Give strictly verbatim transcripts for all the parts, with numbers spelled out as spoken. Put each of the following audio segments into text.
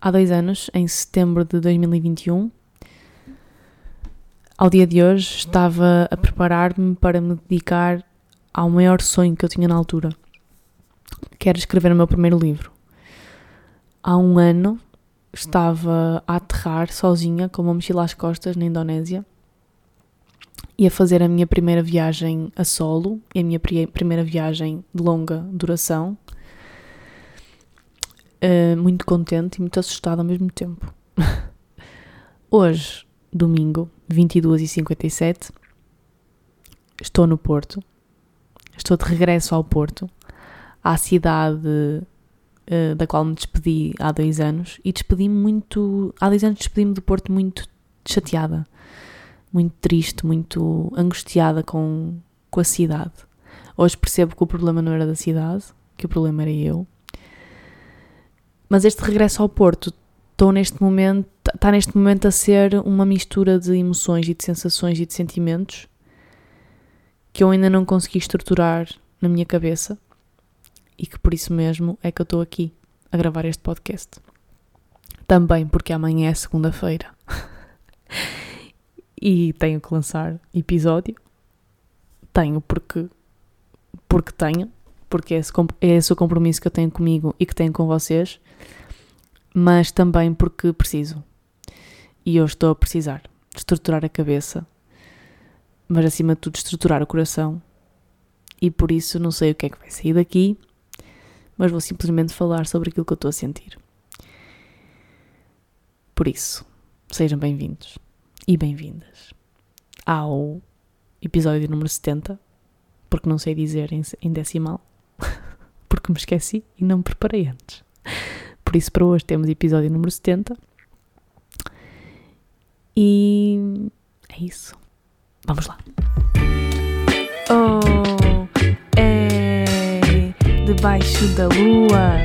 há dois anos, em setembro de dois mil e vinte e um, ao dia de hoje, estava a preparar-me para me dedicar ao maior sonho que eu tinha na altura, que era escrever o meu primeiro livro. Há um ano, estava a aterrar sozinha, com uma mochila às costas, na Indonésia, e a fazer a minha primeira viagem a solo, e a minha primeira viagem de longa duração, uh, muito contente e muito assustada ao mesmo tempo. Hoje, domingo, vinte e duas e cinquenta e sete, estou no Porto, estou de regresso ao Porto, à cidade uh, da qual me despedi há dois anos, e despedi-me muito, há dois anos despedi-me do Porto muito chateada, muito triste, muito angustiada com, com a cidade. Hoje percebo que o problema não era da cidade, que o problema era eu. Mas este regresso ao Porto estou neste momento, está neste momento a ser uma mistura de emoções e de sensações e de sentimentos que eu ainda não consegui estruturar na minha cabeça e que por isso mesmo é que eu estou aqui a gravar este podcast. Também porque amanhã é segunda-feira e tenho que lançar episódio. Tenho porque, porque tenho, porque é esse, é esse o compromisso que eu tenho comigo e que tenho com vocês, mas também porque preciso. E eu estou a precisar de estruturar a cabeça, mas acima de tudo estruturar o coração. E por isso não sei o que é que vai sair daqui, mas vou simplesmente falar sobre aquilo que eu estou a sentir. Por isso, sejam bem-vindos e bem-vindas ao episódio número setenta, porque não sei dizer em, em decimal, porque me esqueci e não me preparei antes. Por isso, para hoje temos episódio número setenta. E é isso. Vamos lá. Oh, é debaixo da lua.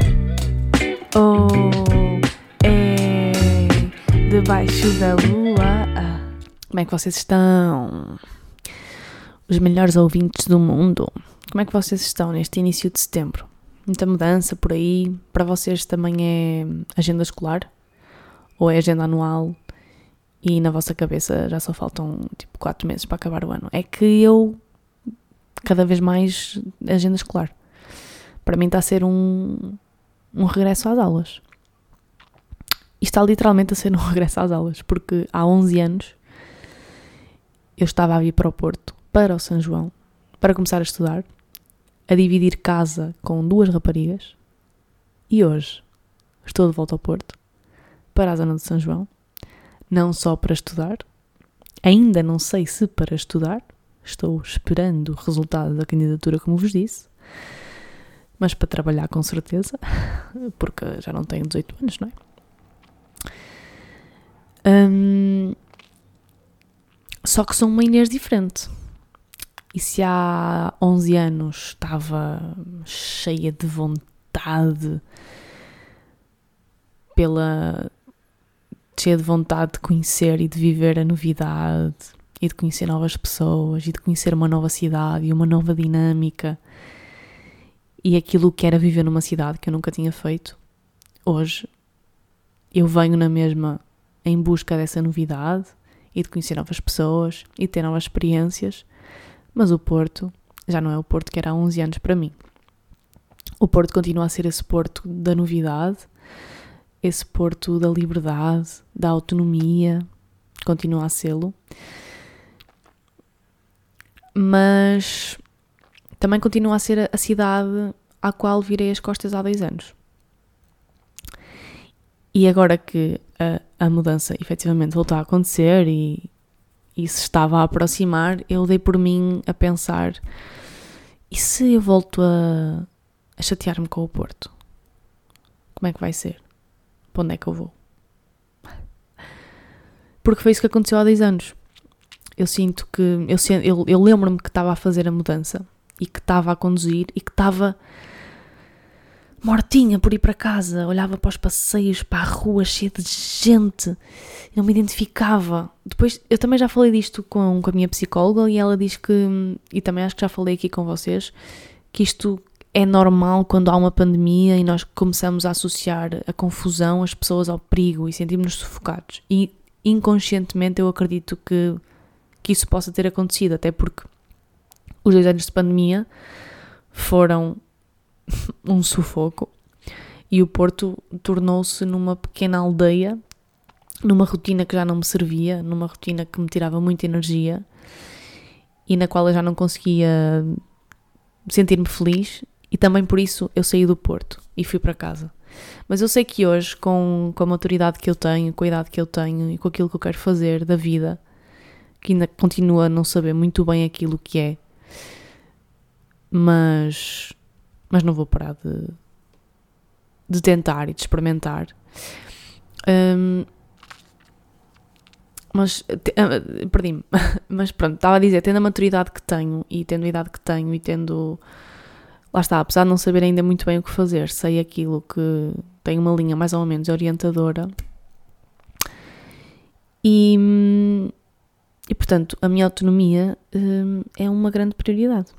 Oh, é debaixo da lua. Ah, como é que vocês estão? Os melhores ouvintes do mundo. Como é que vocês estão neste início de setembro? Muita mudança por aí. Para vocês também é agenda escolar? Ou é agenda anual? E na vossa cabeça já só faltam tipo quatro meses para acabar o ano? É que eu, cada vez mais, agenda escolar. Para mim está a ser um, um regresso às aulas. E está literalmente a ser um regresso às aulas, porque há onze anos eu estava a vir para o Porto, para o São João, para começar a estudar, a dividir casa com duas raparigas, e hoje estou de volta ao Porto, para a zona de São João, não só para estudar, ainda não sei se para estudar, estou esperando o resultado da candidatura, como vos disse, mas para trabalhar com certeza, porque já não tenho dezoito anos, não é? Hum, só que sou uma Inês diferente. E se há onze anos estava cheia de vontade, pela, cheia de vontade de conhecer e de viver a novidade, e de conhecer novas pessoas, e de conhecer uma nova cidade e uma nova dinâmica, e aquilo que era viver numa cidade que eu nunca tinha feito, hoje eu venho na mesma em busca dessa novidade, e de conhecer novas pessoas, e de ter novas experiências. Mas o Porto já não é o Porto que era há onze anos para mim. O Porto continua a ser esse Porto da novidade, esse Porto da liberdade, da autonomia, continua a sê-lo. Mas também continua a ser a cidade à qual virei as costas há dois anos. E agora que a, a mudança efetivamente voltou a acontecer e e se estava a aproximar, eu dei por mim a pensar, e se eu volto a, a chatear-me com o Porto? Como é que vai ser? Para onde é que eu vou? Porque foi isso que aconteceu há dez anos. Eu sinto que, eu, eu, eu lembro-me que estava a fazer a mudança, e que estava a conduzir, e que estava mortinha por ir para casa, olhava para os passeios, para a rua cheia de gente, não me identificava. Depois, eu também já falei disto com, com a minha psicóloga, e ela diz que, e também acho que já falei aqui com vocês, que isto é normal quando há uma pandemia e nós começamos a associar a confusão, as pessoas ao perigo e sentimos-nos sufocados. E inconscientemente eu acredito que, que isso possa ter acontecido, até porque os dois anos de pandemia foram um sufoco e o Porto tornou-se numa pequena aldeia, numa rotina que já não me servia, numa rotina que me tirava muita energia e na qual eu já não conseguia sentir-me feliz, e também por isso eu saí do Porto e fui para casa. Mas eu sei que hoje, com, com a maturidade que eu tenho, com a idade que eu tenho e com aquilo que eu quero fazer da vida, que ainda continuo a não saber muito bem aquilo que é, mas, mas não vou parar de, de tentar e de experimentar. Um, mas, uh, perdi-me, mas pronto, estava a dizer, tendo a maturidade que tenho e tendo a idade que tenho e tendo, lá está, apesar de não saber ainda muito bem o que fazer, sei aquilo que tem uma linha mais ou menos orientadora e, e portanto, a minha autonomia um, é uma grande prioridade.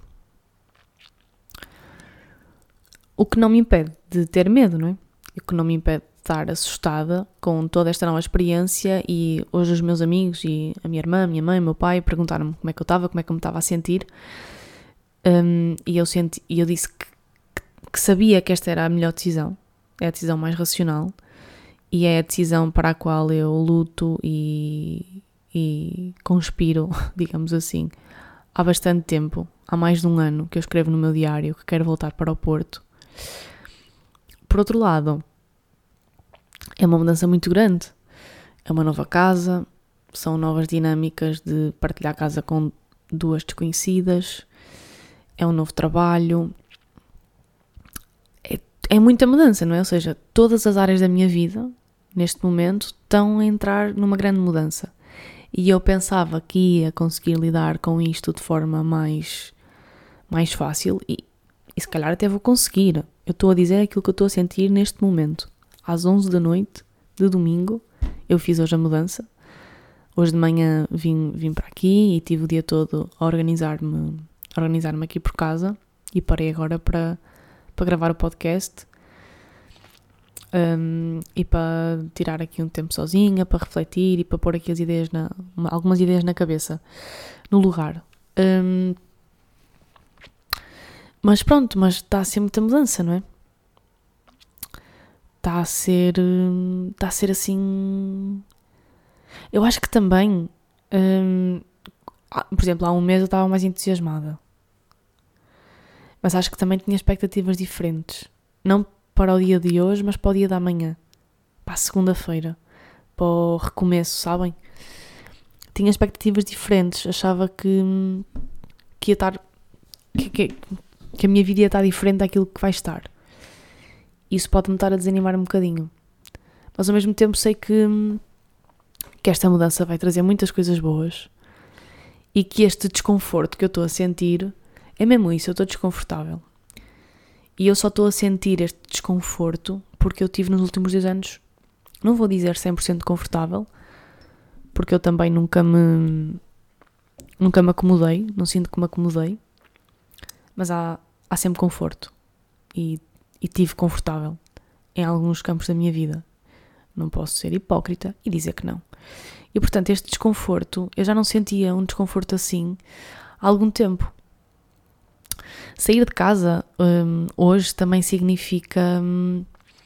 O que não me impede de ter medo, não é? O que não me impede de estar assustada com toda esta nova experiência, e hoje os meus amigos e a minha irmã, a minha mãe, o meu pai perguntaram-me como é que eu estava, como é que eu me estava a sentir, um, e, eu senti, e eu disse que, que sabia que esta era a melhor decisão, é a decisão mais racional e é a decisão para a qual eu luto e, e conspiro, digamos assim, há bastante tempo, há mais de um ano que eu escrevo no meu diário que quero voltar para o Porto. Por outro lado, é uma mudança muito grande, é uma nova casa, são novas dinâmicas de partilhar casa com duas desconhecidas, é um novo trabalho, é, é muita mudança, não é? Ou seja, todas as áreas da minha vida, neste momento, estão a entrar numa grande mudança. E eu pensava que ia conseguir lidar com isto de forma mais, mais fácil e, e se calhar até vou conseguir. Eu estou a dizer aquilo que eu estou a sentir neste momento. Às onze da noite de domingo, eu fiz hoje a mudança. Hoje de manhã vim, vim para aqui e tive o dia todo a organizar-me, a organizar-me aqui por casa e parei agora para, para gravar o podcast um, e para tirar aqui um tempo sozinha, para refletir e para pôr aqui as ideias na, algumas ideias na cabeça, no lugar. Um, mas pronto, mas está a ser muita mudança, não é? Está a ser, está a ser assim... Eu acho que também, hum, por exemplo, há um mês eu estava mais entusiasmada. Mas acho que também tinha expectativas diferentes. Não para o dia de hoje, mas para o dia da manhã. Para a segunda-feira. Para o recomeço, sabem? Tinha expectativas diferentes. Achava que, que ia estar... Que, que, que a minha vida ia estar diferente daquilo que vai estar. Isso pode-me estar a desanimar um bocadinho. Mas ao mesmo tempo sei que, que esta mudança vai trazer muitas coisas boas e que este desconforto que eu estou a sentir é mesmo isso, eu estou desconfortável. E eu só estou a sentir este desconforto porque eu tive nos últimos dois anos, não vou dizer cem por cento confortável, porque eu também nunca me, nunca me acomodei, não sinto que me acomodei, mas há, há sempre conforto e E tive confortável em alguns campos da minha vida. Não posso ser hipócrita e dizer que não. E, portanto, este desconforto, eu já não sentia um desconforto assim há algum tempo. Sair de casa um, hoje também significa um,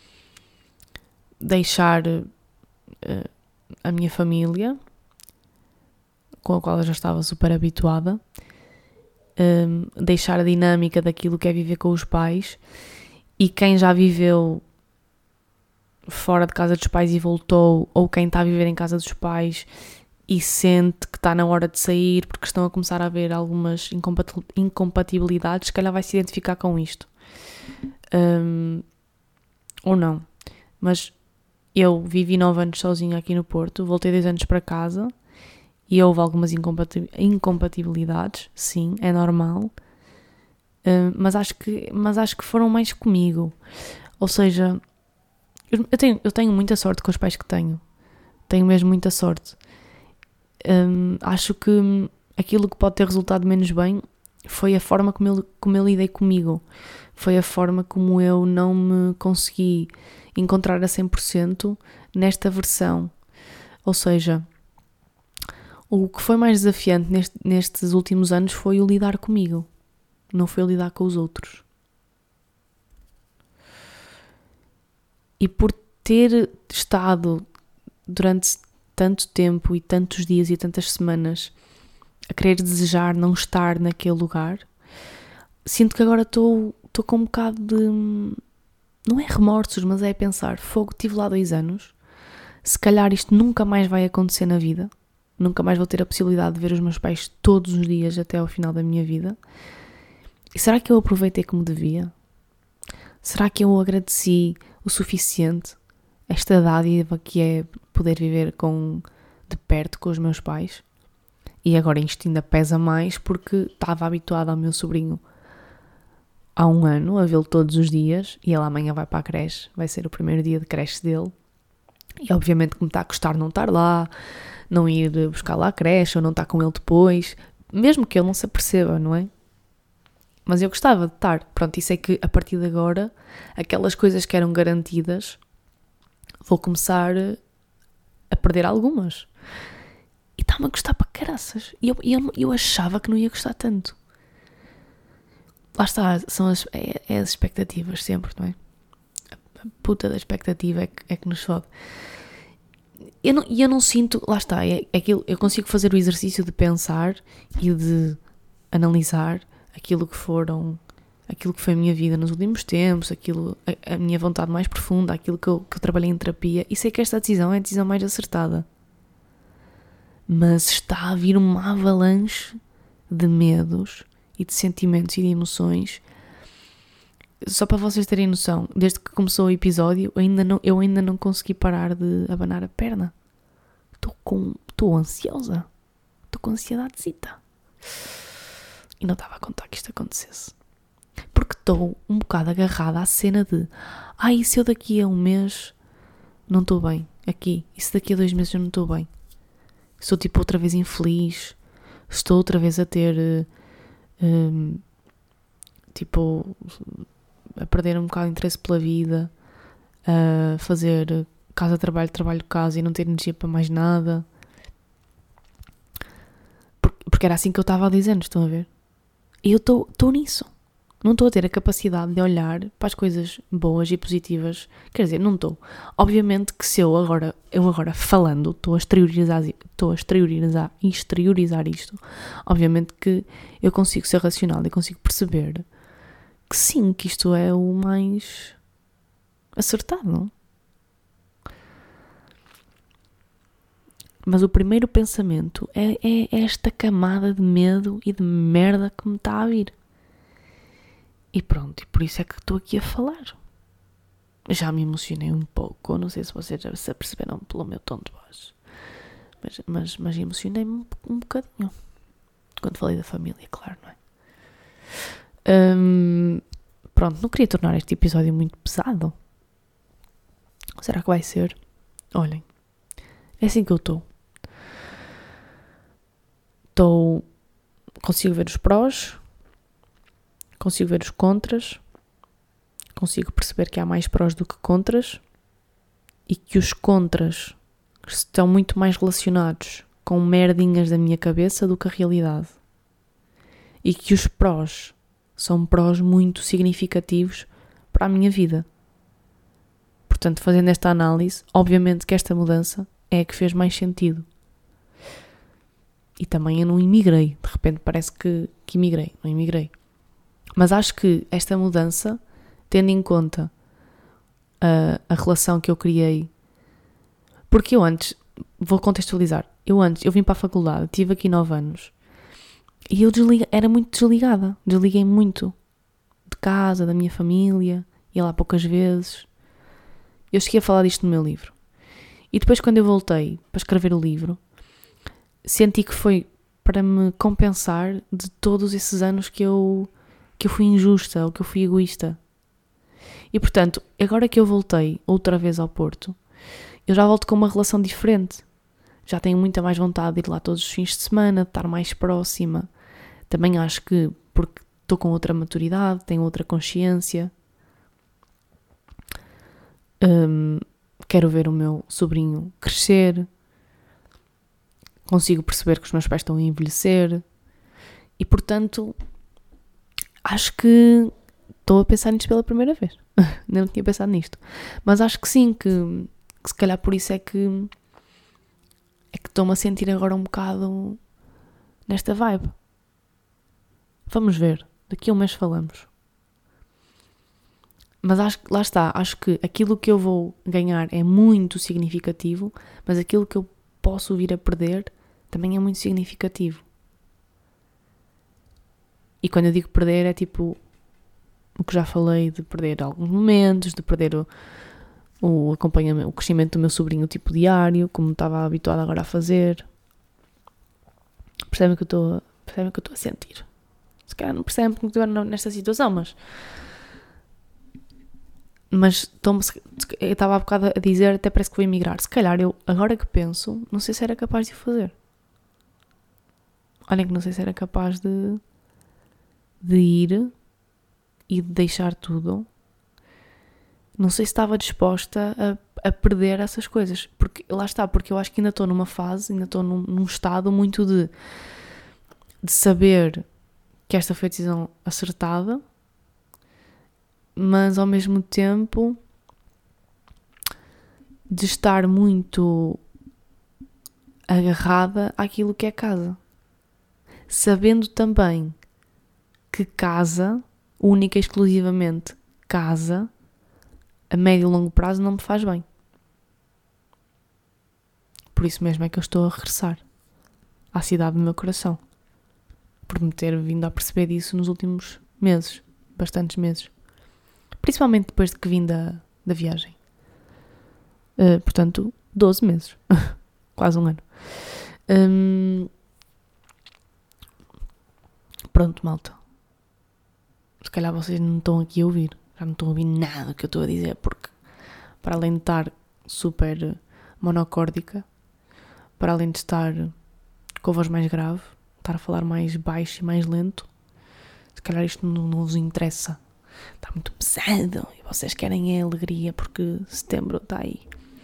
deixar uh, a minha família, com a qual eu já estava super habituada, um, deixar a dinâmica daquilo que é viver com os pais. E quem já viveu fora de casa dos pais e voltou, ou quem está a viver em casa dos pais e sente que está na hora de sair porque estão a começar a haver algumas incompatibilidades, se calhar vai se identificar com isto. Um, ou não. Mas eu vivi nove anos sozinha aqui no Porto, voltei dois anos para casa e houve algumas incompatibilidades, sim, é normal. Uh, mas, acho que, mas acho que foram mais comigo. Ou seja, eu, eu, tenho, eu tenho muita sorte com os pais que tenho. Tenho mesmo muita sorte. Um, acho que aquilo que pode ter resultado menos bem foi a forma como eu, como eu lidei comigo. foi a forma como eu não me consegui encontrar a cem por cento nesta versão. Ou seja, o que foi mais desafiante neste, nestes últimos anos foi o lidar comigo, não foi o lidar com os outros. E por ter estado durante tanto tempo e tantos dias e tantas semanas a querer desejar não estar naquele lugar, sinto que agora estou com um bocado de... não é remorsos, mas é pensar, fogo, estive lá dois anos, se calhar isto nunca mais vai acontecer na vida, nunca mais vou ter a possibilidade de ver os meus pais todos os dias até ao final da minha vida. E será que eu aproveitei como devia? Será que eu agradeci o suficiente esta dádiva que é poder viver com, de perto com os meus pais? E agora isto ainda pesa mais porque estava habituada ao meu sobrinho há um ano a vê-lo todos os dias e ele amanhã vai para a creche, vai ser o primeiro dia de creche dele. E obviamente que me está a custar não estar lá, não ir buscar lá a creche ou não estar com ele depois, mesmo que ele não se aperceba, não é? Mas eu gostava de estar. Pronto, e sei que a partir de agora, aquelas coisas que eram garantidas, vou começar a perder algumas. E está-me a gostar para caraças. E eu, eu, eu achava que não ia gostar tanto. Lá está, são as, é, é as expectativas sempre, não é? A puta da expectativa é que, é que nos fode. E eu, não, eu não sinto, lá está, é, é aquilo, eu consigo fazer o exercício de pensar e de analisar aquilo que foram, aquilo que foi a minha vida nos últimos tempos, aquilo, a, a minha vontade mais profunda, aquilo que eu, que eu trabalhei em terapia, e sei que esta decisão é a decisão mais acertada. Mas está a vir uma avalanche de medos e de sentimentos e de emoções. Só para vocês terem noção, desde que começou o episódio, eu ainda não, eu ainda não consegui parar de abanar a perna. Estou com, estou ansiosa. Estou com ansiedadezita. E não estava a contar que isto acontecesse. Porque estou um bocado agarrada à cena de ai, ah, se eu daqui a um mês não estou bem aqui, e se daqui a dois meses eu não estou bem, estou tipo outra vez infeliz, estou outra vez a ter um, tipo a perder um bocado de interesse pela vida, a fazer casa, trabalho, trabalho, casa e não ter energia para mais nada. Porque, porque era assim que eu estava há dez anos, estão a ver? E eu estou nisso. Não estou a ter a capacidade de olhar para as coisas boas e positivas. Quer dizer, não estou. Obviamente que se eu agora, eu agora falando, estou a exteriorizar, estou a exteriorizar, exteriorizar isto, obviamente que eu consigo ser racional e consigo perceber que sim, que isto é o mais acertado. Mas o primeiro pensamento é, é esta camada de medo e de merda que me está a vir. E pronto, e por isso é que estou aqui a falar. Já me emocionei um pouco, não sei se vocês já se aperceberam pelo meu tom de voz. Mas, mas, mas emocionei-me um, um bocadinho. Quando falei da família, claro, não é? Hum, pronto, não queria tornar este episódio muito pesado. Será que vai ser? Olhem, é assim que eu estou. Estou... Consigo ver os prós, consigo ver os contras, consigo perceber que há mais prós do que contras e que os contras estão muito mais relacionados com merdinhas da minha cabeça do que a realidade. E que os prós são prós muito significativos para a minha vida. Portanto, fazendo esta análise, obviamente que esta mudança é a que fez mais sentido. E também eu não imigrei. De repente parece que, que imigrei. Não imigrei. Mas acho que esta mudança, tendo em conta a, a relação que eu criei... Porque eu antes... Vou contextualizar. Eu antes, eu vim para a faculdade, tive aqui nove anos. E eu desliga, era muito desligada. Desliguei muito. De casa, da minha família. Ia lá poucas vezes. Eu cheguei a falar disto no meu livro. E depois, quando eu voltei para escrever o livro, senti que foi para me compensar de todos esses anos que eu, que eu fui injusta ou que eu fui egoísta. E, portanto, agora que eu voltei outra vez ao Porto, eu já volto com uma relação diferente. Já tenho muita mais vontade de ir lá todos os fins de semana, de estar mais próxima. Também acho que, porque estou com outra maturidade, tenho outra consciência. Um, quero ver o meu sobrinho crescer. Consigo perceber que os meus pais estão a envelhecer. E, portanto, acho que estou a pensar nisto pela primeira vez. Não tinha pensado nisto. Mas acho que sim, que, que se calhar por isso é que é que estou-me a sentir agora um bocado nesta vibe. Vamos ver. Daqui a um mês falamos. Mas acho, lá está. Acho que aquilo que eu vou ganhar é muito significativo, mas aquilo que eu posso vir a perder também é muito significativo. E quando eu digo perder é tipo o que já falei, de perder alguns momentos, de perder o, o acompanhamento, o crescimento do meu sobrinho tipo diário, como estava habituado agora a fazer. Percebem o que eu estou, percebem o que eu estou a sentir? Se calhar não percebem porque estiveram nesta situação, mas mas eu estava há bocado a dizer, até parece que vou emigrar. Se calhar eu, agora que penso, não sei se era capaz de o fazer. Olhem que não sei se era capaz de de ir e de deixar tudo. Não sei se estava disposta a, a perder essas coisas. Porque, lá está, porque eu acho que ainda estou numa fase, ainda estou num, num estado muito de, de saber que esta foi a decisão acertada, mas ao mesmo tempo de estar muito agarrada àquilo que é casa. Sabendo também que casa, única e exclusivamente casa, a médio e longo prazo não me faz bem. Por isso mesmo é que eu estou a regressar à cidade do meu coração. Por me ter vindo a perceber disso nos últimos meses, bastantes meses. Principalmente depois de que vim da, da viagem. Uh, portanto, doze meses. Quase um ano. Um, pronto, malta. Se calhar vocês não estão aqui a ouvir. Já não estão a ouvir nada do que eu estou a dizer, porque para além de estar super monocórdica, para além de estar com a voz mais grave, estar a falar mais baixo e mais lento, se calhar isto não, não vos interessa. Está muito pesado e vocês querem a alegria porque setembro está aí.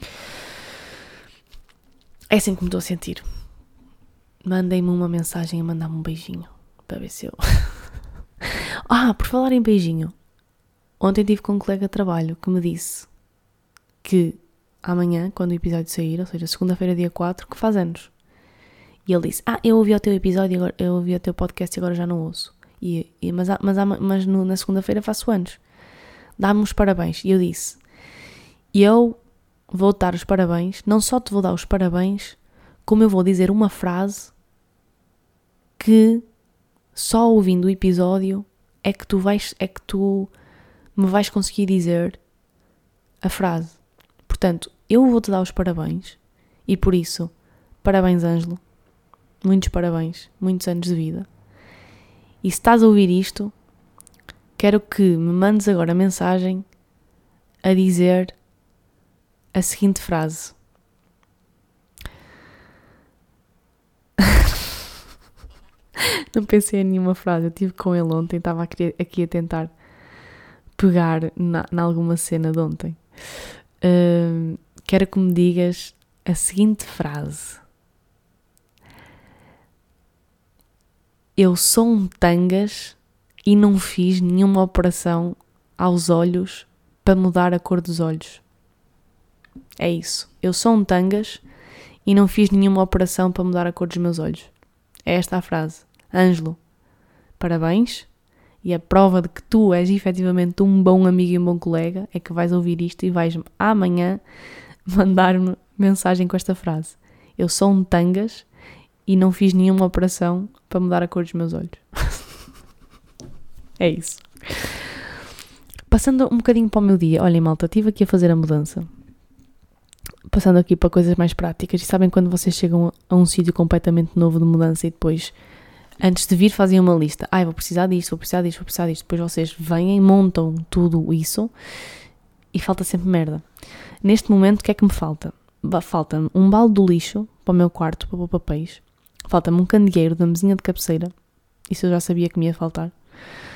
É assim que me estou a sentir. Mandem-me uma mensagem a mandar-me um beijinho para ver se eu... Ah, por falar em beijinho, ontem estive com um colega de trabalho que me disse que amanhã, quando o episódio sair, ou seja, segunda-feira, dia quatro, que faz anos. E ele disse, ah, eu ouvi o teu episódio, agora, eu ouvi o teu podcast e agora já não ouço. E, e, mas mas, mas no, na segunda-feira faço anos. Dá-me os parabéns. E eu disse, eu vou dar os parabéns, não só te vou dar os parabéns, como eu vou dizer uma frase que só ouvindo o episódio é que tu vais, é que tu me vais conseguir dizer a frase. Portanto, eu vou-te dar os parabéns e por isso, parabéns, Ângelo. Muitos parabéns, muitos anos de vida. E se estás a ouvir isto, quero que me mandes agora a mensagem a dizer a seguinte frase. Não pensei em nenhuma frase, eu estive com ele ontem, estava aqui a tentar pegar na, na alguma cena de ontem. Uh, quero que me digas a seguinte frase. Eu sou um tangas e não fiz nenhuma operação aos olhos para mudar a cor dos olhos. É isso. Eu sou um tangas e não fiz nenhuma operação para mudar a cor dos meus olhos. É esta a frase. Ângelo, parabéns. E a prova de que tu és efetivamente um bom amigo e um bom colega é que vais ouvir isto e vais amanhã mandar-me mensagem com esta frase. Eu sou um tangas e não fiz nenhuma operação para mudar a cor dos meus olhos. É isso. Passando um bocadinho para o meu dia. Olhem, malta, estive aqui a fazer a mudança. Passando aqui para coisas mais práticas. E sabem quando vocês chegam a um sítio completamente novo de mudança e depois, antes de vir, fazem uma lista. Ai, ah, vou precisar disto, vou precisar disto, vou precisar disto. Depois vocês vêm, montam tudo isso e falta sempre merda. Neste momento, o que é que me falta? Falta-me um balde do lixo para o meu quarto, para pôr papéis. Falta-me um candeeiro da mesinha de cabeceira. Isso eu já sabia que me ia faltar.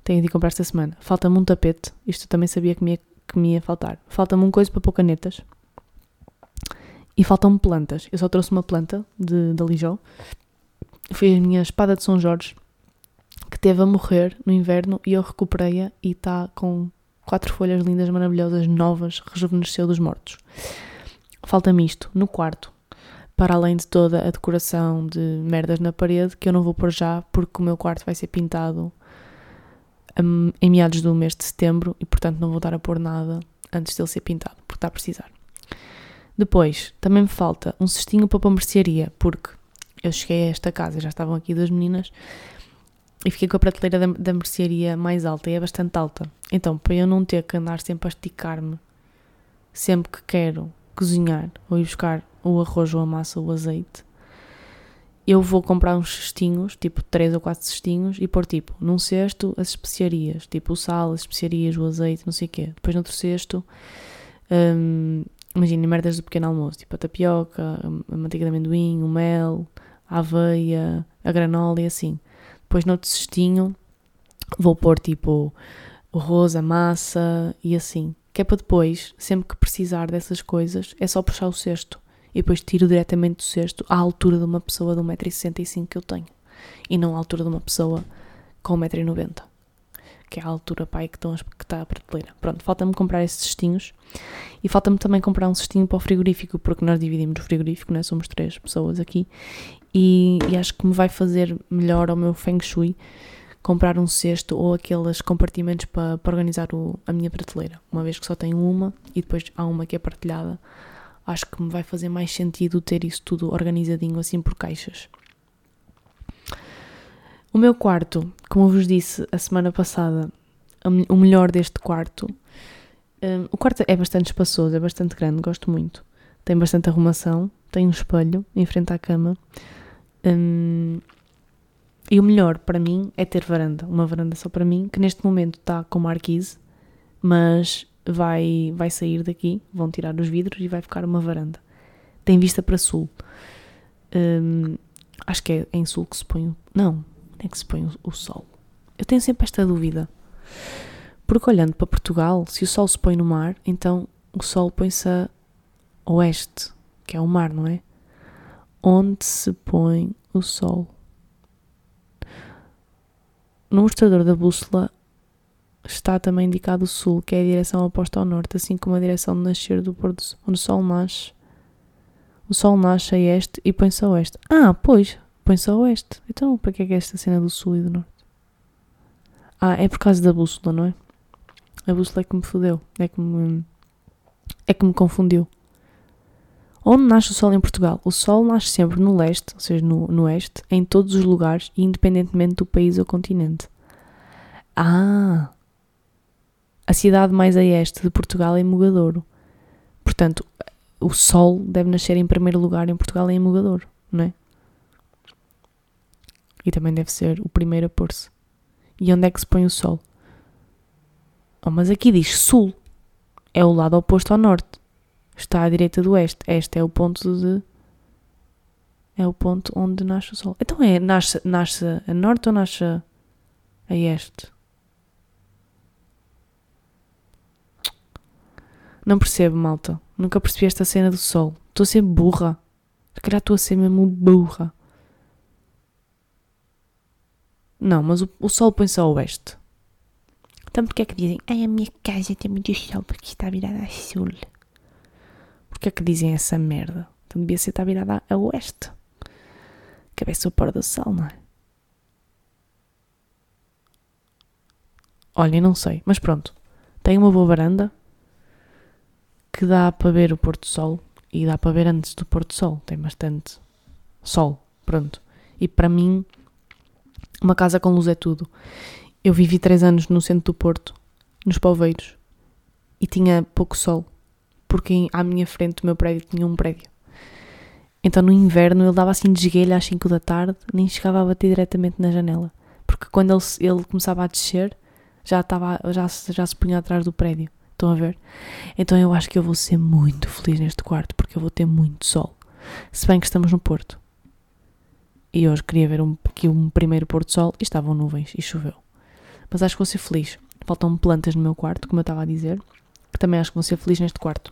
tenho de comprar esta semana. Falta-me um tapete, isto eu também sabia que me ia, que me ia faltar. Falta-me um coisa para pôr canetas. E faltam-me plantas. Eu só trouxe uma planta de, de Alijó. Foi a minha espada de São Jorge, que teve a morrer no inverno e eu recuperei-a e está com quatro folhas lindas, maravilhosas, novas, rejuvenesceu dos mortos. Falta-me isto no quarto, para além de toda a decoração de merdas na parede, que eu não vou pôr já, porque o meu quarto vai ser pintado um, em meados do mês de setembro e, portanto, não vou dar a pôr nada antes dele ser pintado, porque está a precisar. Depois, também me falta um cestinho para a mercearia, porque eu cheguei a esta casa, já estavam aqui duas meninas, e fiquei com a prateleira da, da mercearia mais alta, e é bastante alta. Então, para eu não ter que andar sempre a esticar-me, sempre que quero cozinhar, ou ir buscar o arroz ou a massa ou o azeite, eu vou comprar uns cestinhos, tipo três ou quatro cestinhos, e pôr tipo, num cesto as especiarias, tipo o sal, as especiarias, o azeite, não sei o quê. Depois noutro cesto, hum, imagina, merdas do pequeno almoço, tipo a tapioca, a manteiga de amendoim, o mel, a aveia, a granola e assim. Depois noutro cestinho vou pôr tipo o arroz, a massa e assim. Que é para depois, sempre que precisar dessas coisas, é só puxar o cesto. E depois tiro diretamente do cesto à altura de uma pessoa de um metro e sessenta e cinco que eu tenho. E não à altura de uma pessoa com um metro e noventa. Que é a altura, pai, que, estão, que está a prateleira. Pronto, falta-me comprar esses cestinhos. E falta-me também comprar um cestinho para o frigorífico, porque nós dividimos o frigorífico, né? Somos três pessoas aqui. E, e acho que me vai fazer melhor ao meu Feng Shui comprar um cesto ou aqueles compartimentos para, para organizar o, a minha prateleira. Uma vez que só tenho uma e depois há uma que é partilhada, acho que me vai fazer mais sentido ter isso tudo organizadinho assim por caixas. O meu quarto, como eu vos disse a semana passada, o melhor deste quarto, um, o quarto é bastante espaçoso, é bastante grande, gosto muito. Tem bastante arrumação, tem um espelho em frente à cama. Um, e o melhor para mim é ter varanda, uma varanda só para mim, que neste momento está com marquise, mas vai, vai sair daqui, vão tirar os vidros e vai ficar uma varanda. Tem vista para sul. Um, acho que é em sul que se põe o... Não, onde é que se põe o, o sol? Eu tenho sempre esta dúvida. Porque olhando para Portugal, se o sol se põe no mar, então o sol põe-se a oeste, que é o mar, não é? Onde se põe o sol? No mostrador da bússola está também indicado o sul, que é a direção oposta ao norte, assim como a direção de nascer do pôr do sol, onde o sol nasce. O sol nasce a este e põe-se a oeste. Ah, pois, põe-se a oeste. Então, para que é que é esta cena do sul e do norte? Ah, é por causa da bússola, não é? A bússola é que me fodeu, é que me, é que me confundiu. Onde nasce o sol em Portugal? O sol nasce sempre no leste, ou seja, no, no oeste, em todos os lugares, independentemente do país ou continente. Ah! A cidade mais a este de Portugal é Mogadouro. Portanto, o sol deve nascer em primeiro lugar em Portugal e em Mogadouro, não é? E também deve ser o primeiro a pôr-se. E onde é que se põe o sol? Oh, mas aqui diz sul. É o lado oposto ao norte. Está à direita do oeste. Este é o ponto de... É o ponto onde nasce o sol. Então é, nasce, nasce a norte ou nasce a, a este? Não percebo, malta. Nunca percebi esta cena do sol. Estou a ser burra. Se calhar estou a ser mesmo burra. Não, mas o, o sol põe-se ao oeste. Então porquê é que dizem, ai, a minha casa tem muito sol porque está virada a sul? Porquê é que dizem essa merda? Então devia ser estar virada a oeste. Cabeça ao pôr do sol, não é? Olha, não sei, mas pronto. Tem uma boa varanda que dá para ver o pôr do sol e dá para ver antes do pôr do sol. Tem bastante sol, pronto. E para mim, uma casa com luz é tudo. Eu vivi três anos no centro do Porto, nos Poveiros, e tinha pouco sol, porque à minha frente o meu prédio tinha um prédio. Então no inverno ele dava assim de esguelha às cinco da tarde, nem chegava a bater diretamente na janela, porque quando ele, ele começava a descer, já, estava, já, já se punha atrás do prédio. Estão a ver? Então eu acho que eu vou ser muito feliz neste quarto, porque eu vou ter muito sol. Se bem que estamos no Porto. E hoje queria ver um, aqui um primeiro pôr do sol e estavam nuvens e choveu. mas acho que vou ser feliz. Faltam plantas no meu quarto, como eu estava a dizer, que também acho que vou ser feliz neste quarto.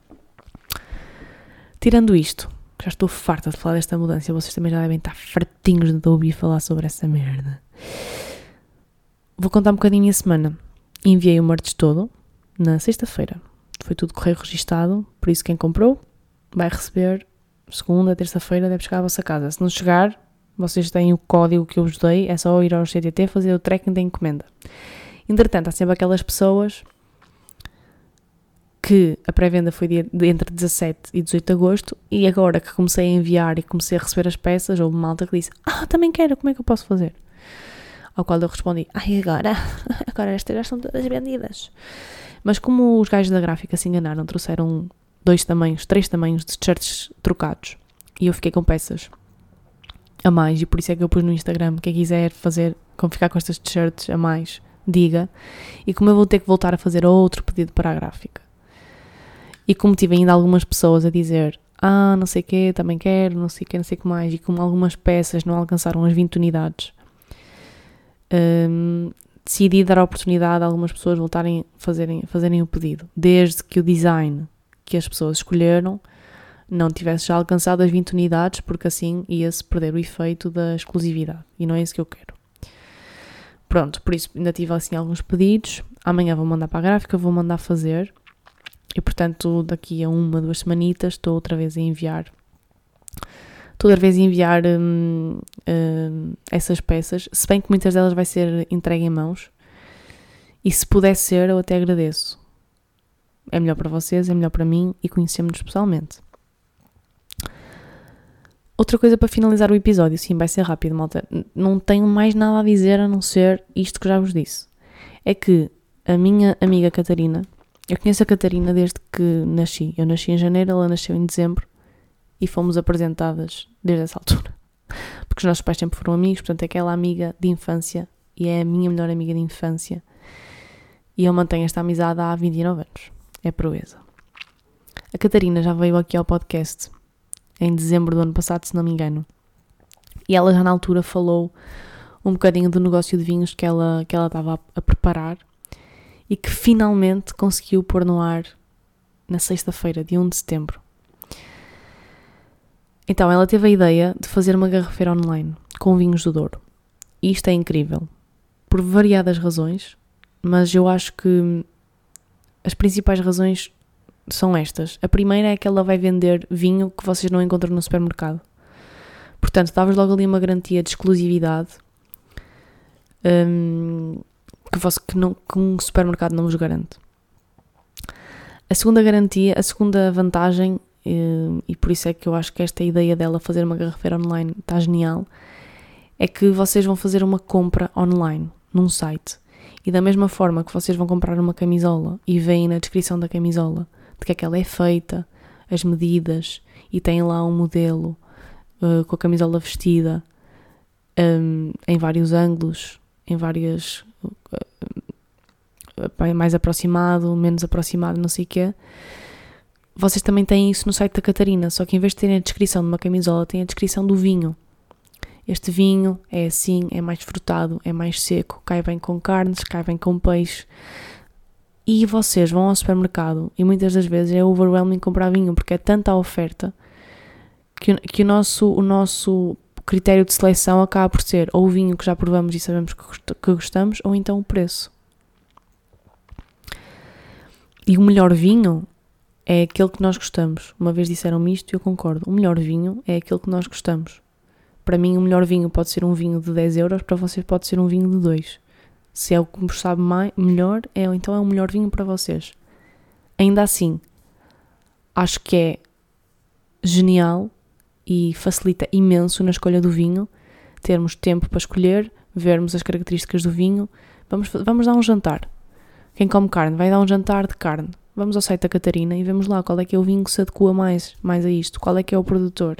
Tirando isto, que já estou farta de falar desta mudança, vocês também já devem estar fartinhos de ouvir falar sobre essa merda. Vou contar um bocadinho a minha semana. Enviei o merch todo na sexta-feira. Foi tudo correio registado, por isso quem comprou vai receber segunda, terça-feira, deve chegar à vossa casa. Se não chegar, vocês têm o código que eu vos dei, é só ir ao C T T fazer o tracking da encomenda. Entretanto, há sempre aquelas pessoas que a pré-venda foi de, de entre dezassete e dezoito de agosto e agora que comecei a enviar e comecei a receber as peças, houve uma malta que disse: ah, também quero, como é que eu posso fazer? Ao qual eu respondi: ai, agora, agora estas já estão todas vendidas. Mas como os gajos da gráfica se enganaram, trouxeram dois tamanhos, três tamanhos de t-shirts trocados e eu fiquei com peças a mais e por isso é que eu pus no Instagram, quem quiser fazer, como ficar com estas t-shirts a mais, diga. E como eu vou ter que voltar a fazer outro pedido para a gráfica e como tive ainda algumas pessoas a dizer: ah, não sei o quê, também quero, não sei o quê, não sei o que mais, e como algumas peças não alcançaram as vinte unidades, hum, decidi dar a oportunidade a algumas pessoas voltarem a fazerem, fazerem o pedido, desde que o design que as pessoas escolheram não tivesse já alcançado as vinte unidades, porque assim ia-se perder o efeito da exclusividade, e não é isso que eu quero. Pronto, por isso ainda tive assim alguns pedidos. Amanhã vou mandar para a gráfica, vou mandar fazer, e portanto daqui a uma, duas semanitas estou outra vez a enviar estou outra vez a enviar hum, hum, essas peças, se bem que muitas delas vai ser entregue em mãos, e se puder ser eu até agradeço. É melhor para vocês, é melhor para mim e conhecemos-nos pessoalmente. Outra coisa para finalizar o episódio, sim, vai ser rápido, malta. Não tenho mais nada a dizer a não ser isto que já vos disse. É que a minha amiga Catarina, eu conheço a Catarina desde que nasci. Eu nasci em janeiro, ela nasceu em dezembro e fomos apresentadas desde essa altura. Porque os nossos pais sempre foram amigos, portanto é aquela amiga de infância e é a minha melhor amiga de infância. E eu mantenho esta amizade há vinte e nove anos. É proeza. A Catarina já veio aqui ao podcast em dezembro do ano passado, se não me engano. E ela já na altura falou um bocadinho do negócio de vinhos que ela, que ela estava a, a preparar e que finalmente conseguiu pôr no ar na sexta-feira, dia um de setembro. Então, ela teve a ideia de fazer uma garrafeira online com vinhos do Douro. E isto é incrível, por variadas razões, mas eu acho que as principais razões são estas. A primeira é que ela vai vender vinho que vocês não encontram no supermercado. Portanto, dá-vos logo ali uma garantia de exclusividade um, que, você, que, não, que um supermercado não vos garante. A segunda garantia, a segunda vantagem, e, e por isso é que eu acho que esta ideia dela fazer uma garrafeira online está genial, é que vocês vão fazer uma compra online, num site. E da mesma forma que vocês vão comprar uma camisola e veem na descrição da camisola de que é que ela é feita, as medidas, e tem lá um modelo uh, com a camisola vestida um, em vários ângulos, em várias... Uh, mais aproximado, menos aproximado, não sei o quê. Vocês também têm isso no site da Catarina, só que em vez de terem a descrição de uma camisola, tem a descrição do vinho. Este vinho é assim, é mais frutado, é mais seco, cai bem com carnes, cai bem com peixe. E vocês vão ao supermercado e muitas das vezes é overwhelming comprar vinho, porque é tanta a oferta que, que o, nosso, o nosso critério de seleção acaba por ser ou o vinho que já provamos e sabemos que gostamos, ou então o preço. E o melhor vinho é aquele que nós gostamos. Uma vez disseram-me isto e eu concordo. O melhor vinho é aquele que nós gostamos. Para mim, o melhor vinho pode ser um vinho de dez euros, para vocês pode ser um vinho de dois. Se é o que vos sabe mais, melhor, é, então é o melhor vinho para vocês. Ainda assim, acho que é genial e facilita imenso na escolha do vinho, termos tempo para escolher, vermos as características do vinho. Vamos, vamos dar um jantar. Quem come carne vai dar um jantar de carne. Vamos ao site da Catarina e vemos lá qual é que é o vinho que se adequa mais, mais a isto, qual é que é o produtor.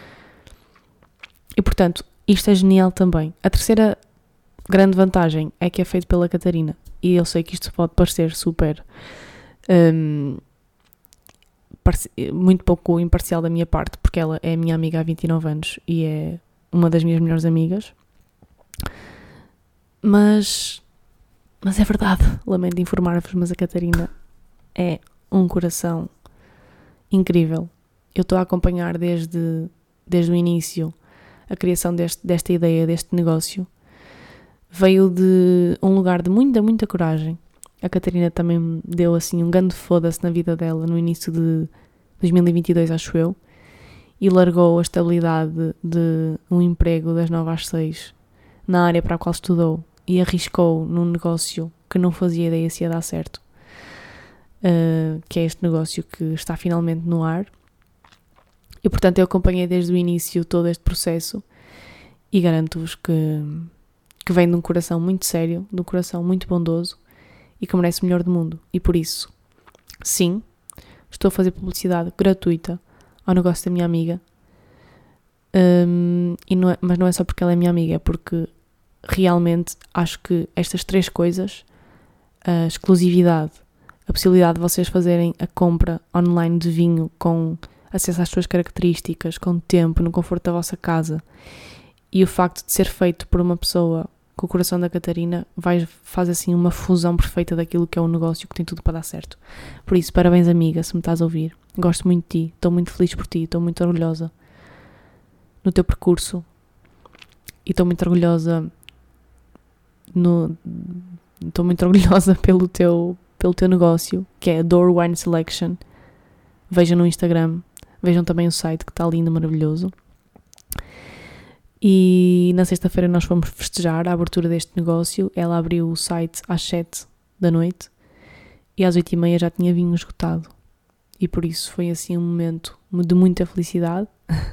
E, portanto, isto é genial também. A terceira grande vantagem é que é feito pela Catarina. E eu sei que isto pode parecer super... Um, parece, muito pouco imparcial da minha parte, porque ela é minha amiga há vinte e nove anos e é uma das minhas melhores amigas. Mas Mas é verdade, lamento informar-vos, mas a Catarina é um coração incrível. Eu estou a acompanhar desde, desde o início a criação deste, desta ideia, deste negócio. Veio de um lugar de muita, muita coragem. A Catarina também deu assim um grande foda-se na vida dela no início de dois mil e vinte e dois, acho eu, e largou a estabilidade de um emprego das nove às seis na área para a qual estudou e arriscou num negócio que não fazia ideia se ia dar certo, uh, que é este negócio que está finalmente no ar. E portanto eu acompanhei desde o início todo este processo e garanto-vos que, que vem de um coração muito sério, de um coração muito bondoso e que merece o melhor do mundo. E por isso, sim, estou a fazer publicidade gratuita ao negócio da minha amiga, um, e não é, mas não é só porque ela é minha amiga, é porque realmente acho que estas três coisas, a exclusividade, a possibilidade de vocês fazerem a compra online de vinho com acesso às suas características, com tempo, no conforto da vossa casa, e o facto de ser feito por uma pessoa com o coração da Catarina, vai, faz assim uma fusão perfeita daquilo que é um negócio que tem tudo para dar certo. Por isso, parabéns amiga, se me estás a ouvir. Gosto muito de ti, estou muito feliz por ti, estou muito orgulhosa no teu percurso e estou muito orgulhosa no estou muito orgulhosa pelo teu, pelo teu negócio, que é a Door Wine Selection. Vejam no Instagram, vejam também o site que está lindo, maravilhoso. E na sexta-feira nós fomos festejar a abertura deste negócio. Ela abriu o site às sete da noite e às oito e meia já tinha vinho esgotado. E por isso foi assim um momento de muita felicidade.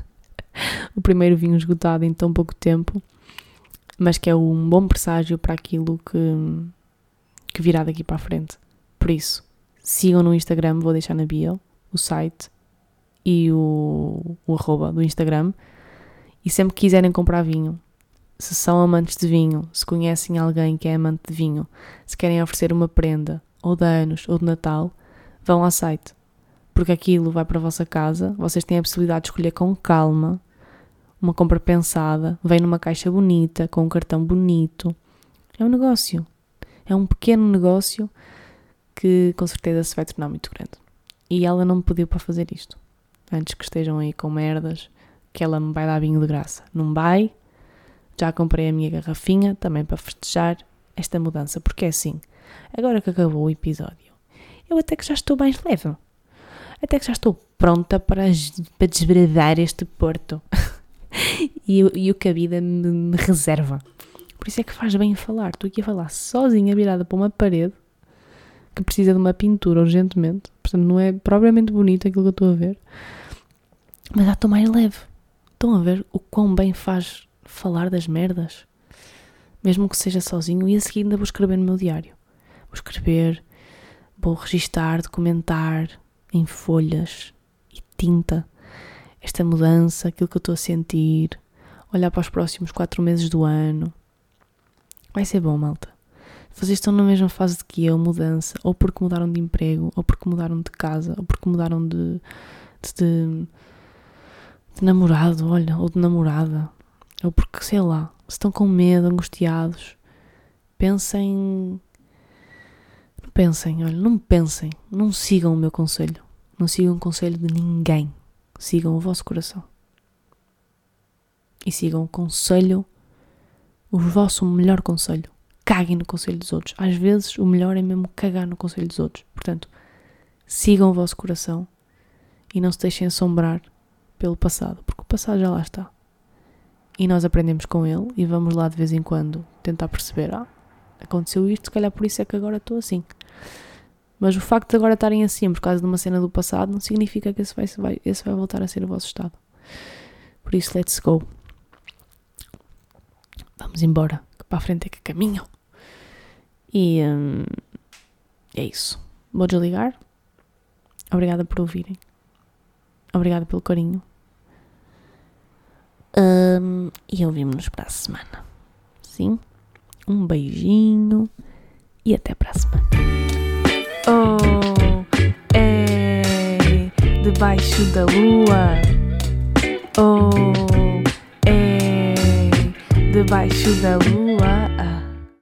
O primeiro vinho esgotado em tão pouco tempo, mas que é um bom presságio para aquilo que, que virá daqui para a frente. Por isso, sigam no Instagram, vou deixar na bio o site e o, o arroba do Instagram. E sempre que quiserem comprar vinho, se são amantes de vinho, se conhecem alguém que é amante de vinho, se querem oferecer uma prenda, ou de anos, ou de Natal, vão ao site. Porque aquilo vai para a vossa casa, vocês têm a possibilidade de escolher com calma, uma compra pensada, vem numa caixa bonita, com um cartão bonito. É um negócio. É um pequeno negócio que com certeza se vai tornar muito grande. E ela não me pediu para fazer isto. Antes que estejam aí com merdas, que ela me vai dar vinho de graça. Não vai. Já comprei a minha garrafinha também para festejar esta mudança, porque é assim, agora que acabou o episódio, eu até que já estou mais leve. Até que já estou pronta para, para desbradar este porto. e, e o que a vida me, me reserva. Por isso é que faz bem falar. Estou aqui a falar sozinha, virada para uma parede que precisa de uma pintura urgentemente. Portanto, não é propriamente bonito aquilo que eu estou a ver. Mas já estou mais leve. Estão a ver o quão bem faz falar das merdas? Mesmo que seja sozinho. E a seguir ainda vou escrever no meu diário. Vou escrever, vou registar, documentar em folhas e tinta esta mudança, aquilo que eu estou a sentir, olhar para os próximos quatro meses do ano. Vai ser bom, malta. Se vocês estão na mesma fase de que eu, mudança, ou porque mudaram de emprego, ou porque mudaram de casa, ou porque mudaram de, de, de, de namorado, olha, ou de namorada, ou porque, sei lá, se estão com medo, angustiados, pensem, não pensem, olha, não pensem, não sigam o meu conselho, não sigam o conselho de ninguém, sigam o vosso coração e sigam o conselho, o vosso melhor conselho. Caguem no conselho dos outros. Às vezes o melhor é mesmo cagar no conselho dos outros. Portanto, sigam o vosso coração e não se deixem assombrar pelo passado, porque o passado já lá está. E nós aprendemos com ele e vamos lá de vez em quando tentar perceber, ah, aconteceu isto, se calhar por isso é que agora estou assim. Mas o facto de agora estarem assim por causa de uma cena do passado não significa que esse vai, vai, esse vai voltar a ser o vosso estado. Por isso, let's go. Vamos embora, que para a frente é que caminho. E hum, é isso. Vou desligar. Obrigada por ouvirem. Obrigada pelo carinho. Um, e ouvimos-nos para a semana. Sim? Um beijinho e até para a semana. Oh, é debaixo da lua. Oh, é debaixo da lua.